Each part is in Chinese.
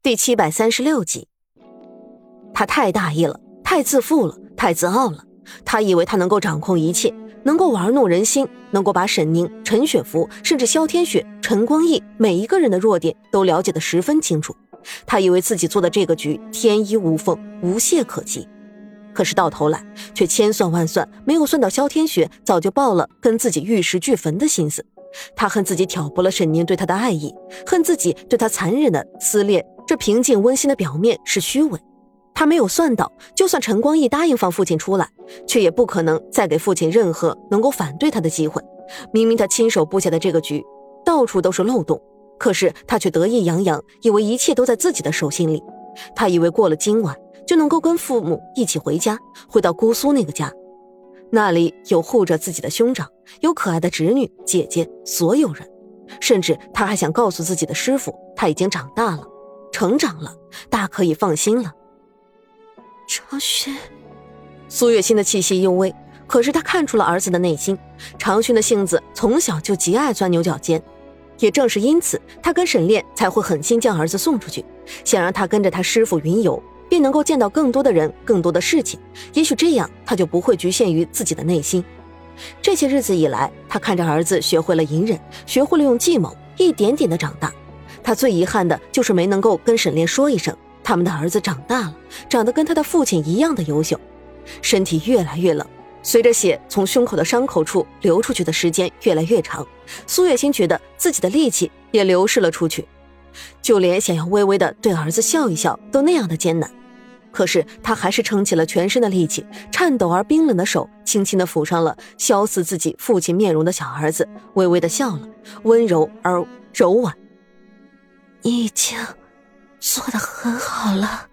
第736集。他太大意了，太自负了，太自傲了。他以为他能够掌控一切，能够玩弄人心，能够把沈宁、陈雪芙甚至萧天雪、陈光义每一个人的弱点都了解得十分清楚。他以为自己做的这个局天衣无缝，无懈可击。可是到头来却千算万算，没有算到萧天雪早就抱了跟自己玉石俱焚的心思。他恨自己挑拨了沈宁对他的爱意，恨自己对他残忍的撕裂这平静温馨的表面是虚伪。他没有算到，就算陈光义答应放父亲出来，却也不可能再给父亲任何能够反对他的机会。明明他亲手布下的这个局到处都是漏洞，可是他却得意洋洋，以为一切都在自己的手心里。他以为过了今晚就能够跟父母一起回家，回到姑苏那个家，那里有护着自己的兄长，有可爱的侄女、姐姐，所有人。甚至他还想告诉自己的师父，他已经长大了，成长了，大可以放心了。 长勋， 苏月心的气息幽微，可是他看出了儿子的内心。长勋的性子从小就极爱钻牛角尖，也正是因此，他跟沈炼才会狠心将儿子送出去，想让他跟着他师父云游，便能够见到更多的人，更多的事情。也许这样，他就不会局限于自己的内心。这些日子以来，他看着儿子学会了隐忍，学会了用计谋，一点点的长大。他最遗憾的就是没能够跟沈炼说一声，他们的儿子长大了，长得跟他的父亲一样的优秀。身体越来越冷，随着血从胸口的伤口处流出去的时间越来越长，苏月心觉得自己的力气也流逝了出去，就连想要微微的对儿子笑一笑都那样的艰难。可是他还是撑起了全身的力气，颤抖而冰冷的手轻轻地抚上了消似自己父亲面容的小儿子，微微地笑了，温柔而柔婉。 你已经做得很好了。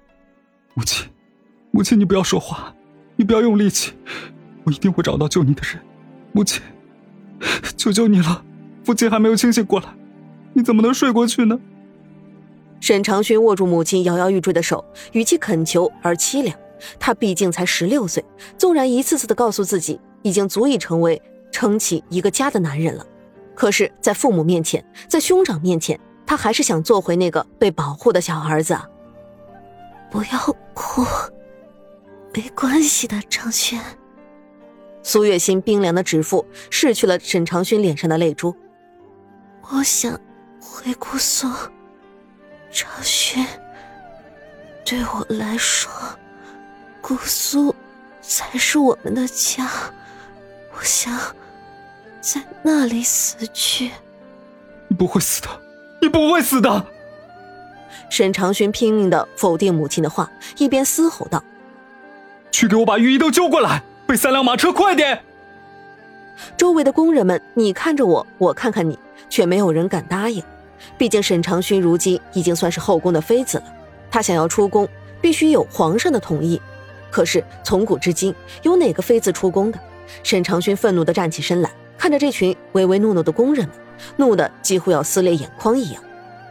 母亲，你不要说话，你不要用力气，我一定会找到救你的人。母亲，求求你了，父亲还没有清醒过来，你怎么能睡过去呢？ 沈长勋握住母亲摇摇欲坠的手，语气恳求而凄凉。他毕竟才16岁，纵然一次次地告诉自己已经足以成为撑起一个家的男人了，可是在父母面前，在兄长面前，他还是想做回那个被保护的小儿子啊。 不要哭，没关系的，长勋。 苏月心冰凉的指腹拭去了沈长勋脸上的泪珠。 我想回姑苏，长勋，对我来说，姑苏才是我们的家，我想在那里死去。 你不会死的，你不会死的。 沈长勋拼命地否定母亲的话，一边嘶吼道： 去给我把御医都揪过来，备3辆马车，快点！ 周围的工人们你看着我，我看看你，却没有人敢答应。毕竟沈长勋如今已经算是后宫的妃子了，他想要出宫必须有皇上的同意。可是从古至今，有哪个妃子出宫的？沈长勋愤怒地站起身来，看着这群唯唯诺诺的工人们，怒得几乎要撕裂眼眶一样。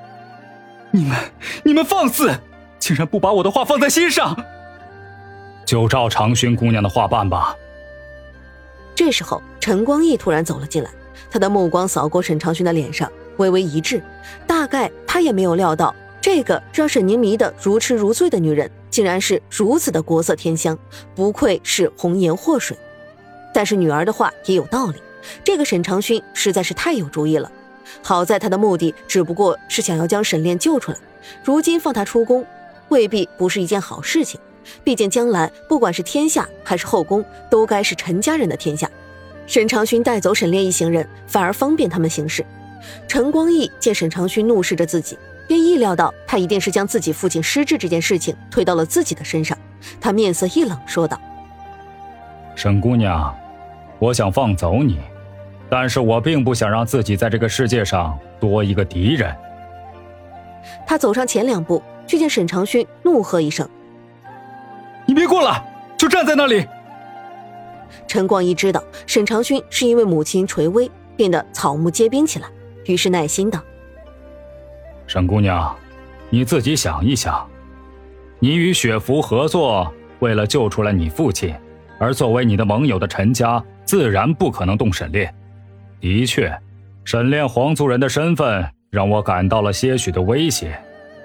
你们放肆，竟然不把我的话放在心上！就照长勋姑娘的话办吧。 这时候陈光义突然走了进来，他的目光扫过沈长勋的脸上，微微一滞。大概他也没有料到，这个让沈宁迷得如痴如醉的女人竟然是如此的国色天香，不愧是红颜祸水。但是女儿的话也有道理，这个沈长勋实在是太有主意了。好在他的目的只不过是想要将沈炼救出来，如今放他出宫未必不是一件好事情，毕竟将来不管是天下还是后宫，都该是陈家人的天下。沈长勋带走沈炼一行人，反而方便他们行事。陈光义见沈长勋怒视着自己，便意料到他一定是将自己父亲失智这件事情推到了自己的身上。他面色一冷说道： 沈姑娘，我想放走你，但是我并不想让自己在这个世界上多一个敌人。 他走上前2步，却见沈长勋怒喝一声： 你别过来，就站在那里！ 陈光义知道沈长勋是因为母亲垂危变得草木皆兵起来，于是耐心道： 沈姑娘，你自己想一想，你与雪芙合作，为了救出来你父亲，而作为你的盟友的陈家自然不可能动沈炼。的确，沈炼皇族人的身份让我感到了些许的威胁，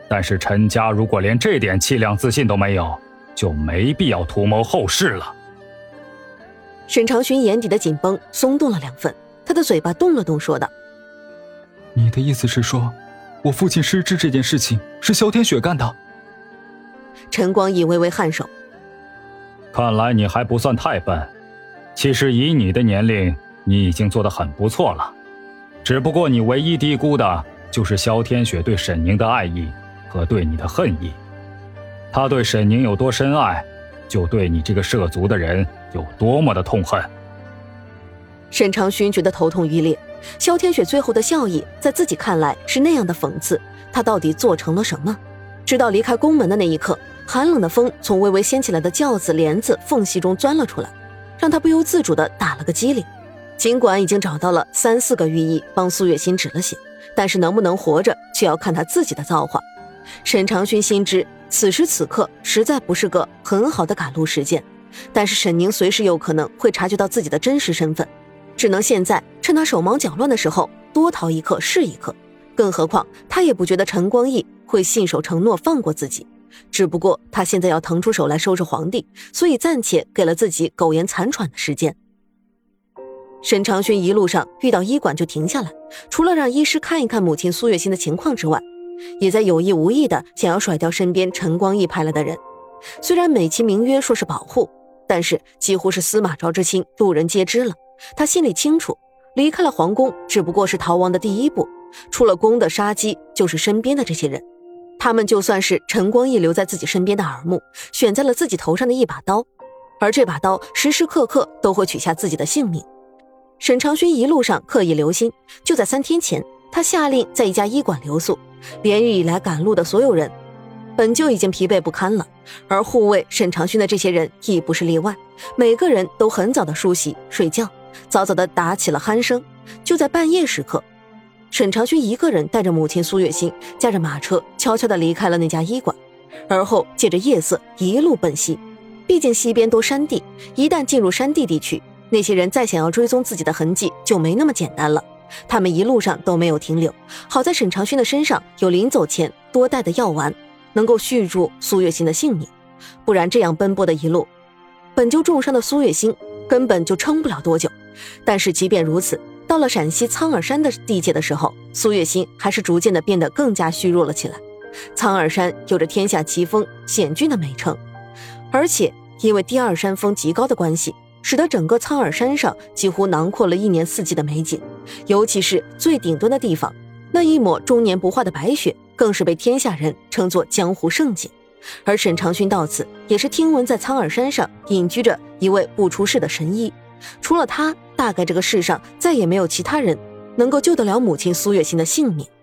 但是陈家如果连这点气量自信都没有，就没必要图谋后事了。 沈长勋眼底的紧绷松动了2分，他的嘴巴动了动，说道： 你的意思是说，我父亲失智这件事情是萧天雪干的？ 陈光义微微颔首， 看来你还不算太笨，其实以你的年龄，你已经做得很不错了。只不过你唯一低估的就是萧天雪对沈宁的爱意和对你的恨意。他对沈宁有多深爱，就对你这个涉足的人有多么的痛恨。 沈长勋觉得头痛欲裂，萧天雪最后的笑意在自己看来是那样的讽刺，他到底做成了什么？直到离开宫门的那一刻，寒冷的风从微微掀起来的轿子帘子缝隙中钻了出来，让他不由自主地打了个激灵。尽管已经找到了3、4个御医帮苏月心止了血，但是能不能活着却要看他自己的造化。沈长勋心知此时此刻实在不是个很好的赶路时间，但是沈宁随时有可能会察觉到自己的真实身份，只能现在趁他手忙脚乱的时候多逃一刻是一刻。更何况他也不觉得陈光义会信守承诺放过自己，只不过他现在要腾出手来收拾皇帝，所以暂且给了自己苟延残喘的时间。沈长勋一路上遇到医馆就停下来，除了让医师看一看母亲苏月心的情况之外，也在有意无意的想要甩掉身边陈光义派来的人。虽然美其名曰说是保护，但是几乎是司马昭之心，路人皆知了。他心里清楚，离开了皇宫只不过是逃亡的第一步，出了宫的杀机就是身边的这些人。他们就算是陈光义留在自己身边的耳目，选在了自己头上的一把刀，而这把刀时时刻刻都会取下自己的性命。沈长勋一路上刻意留心，就在3天前，他下令在一家医馆留宿。连日以来赶路的所有人本就已经疲惫不堪了，而护卫沈长勋的这些人亦不是例外，每个人都很早的梳洗睡觉，早早的打起了鼾声。就在半夜时刻，沈长勋一个人带着母亲苏月心，驾着马车悄悄地离开了那家医馆，而后借着夜色一路奔西。毕竟西边多山地，一旦进入山地地区，那些人再想要追踪自己的痕迹就没那么简单了。他们一路上都没有停留，好在沈长勋的身上有临走前多带的药丸，能够续住苏月心的性命，不然这样奔波的一路，本就重伤的苏月心根本就撑不了多久。但是即便如此，到了陕西苍耳山的地界的时候，苏月心还是逐渐的变得更加虚弱了起来。苍耳山有着天下奇峰险峻的美称，而且因为第二山峰极高的关系，使得整个苍耳山上几乎囊括了1年4季的美景，尤其是最顶端的地方，那一抹终年不化的白雪更是被天下人称作江湖胜景。而沈长勋到此也是听闻在苍耳山上隐居着一位不出世的神医，除了他，大概这个世上再也没有其他人能够救得了母亲苏月心的性命。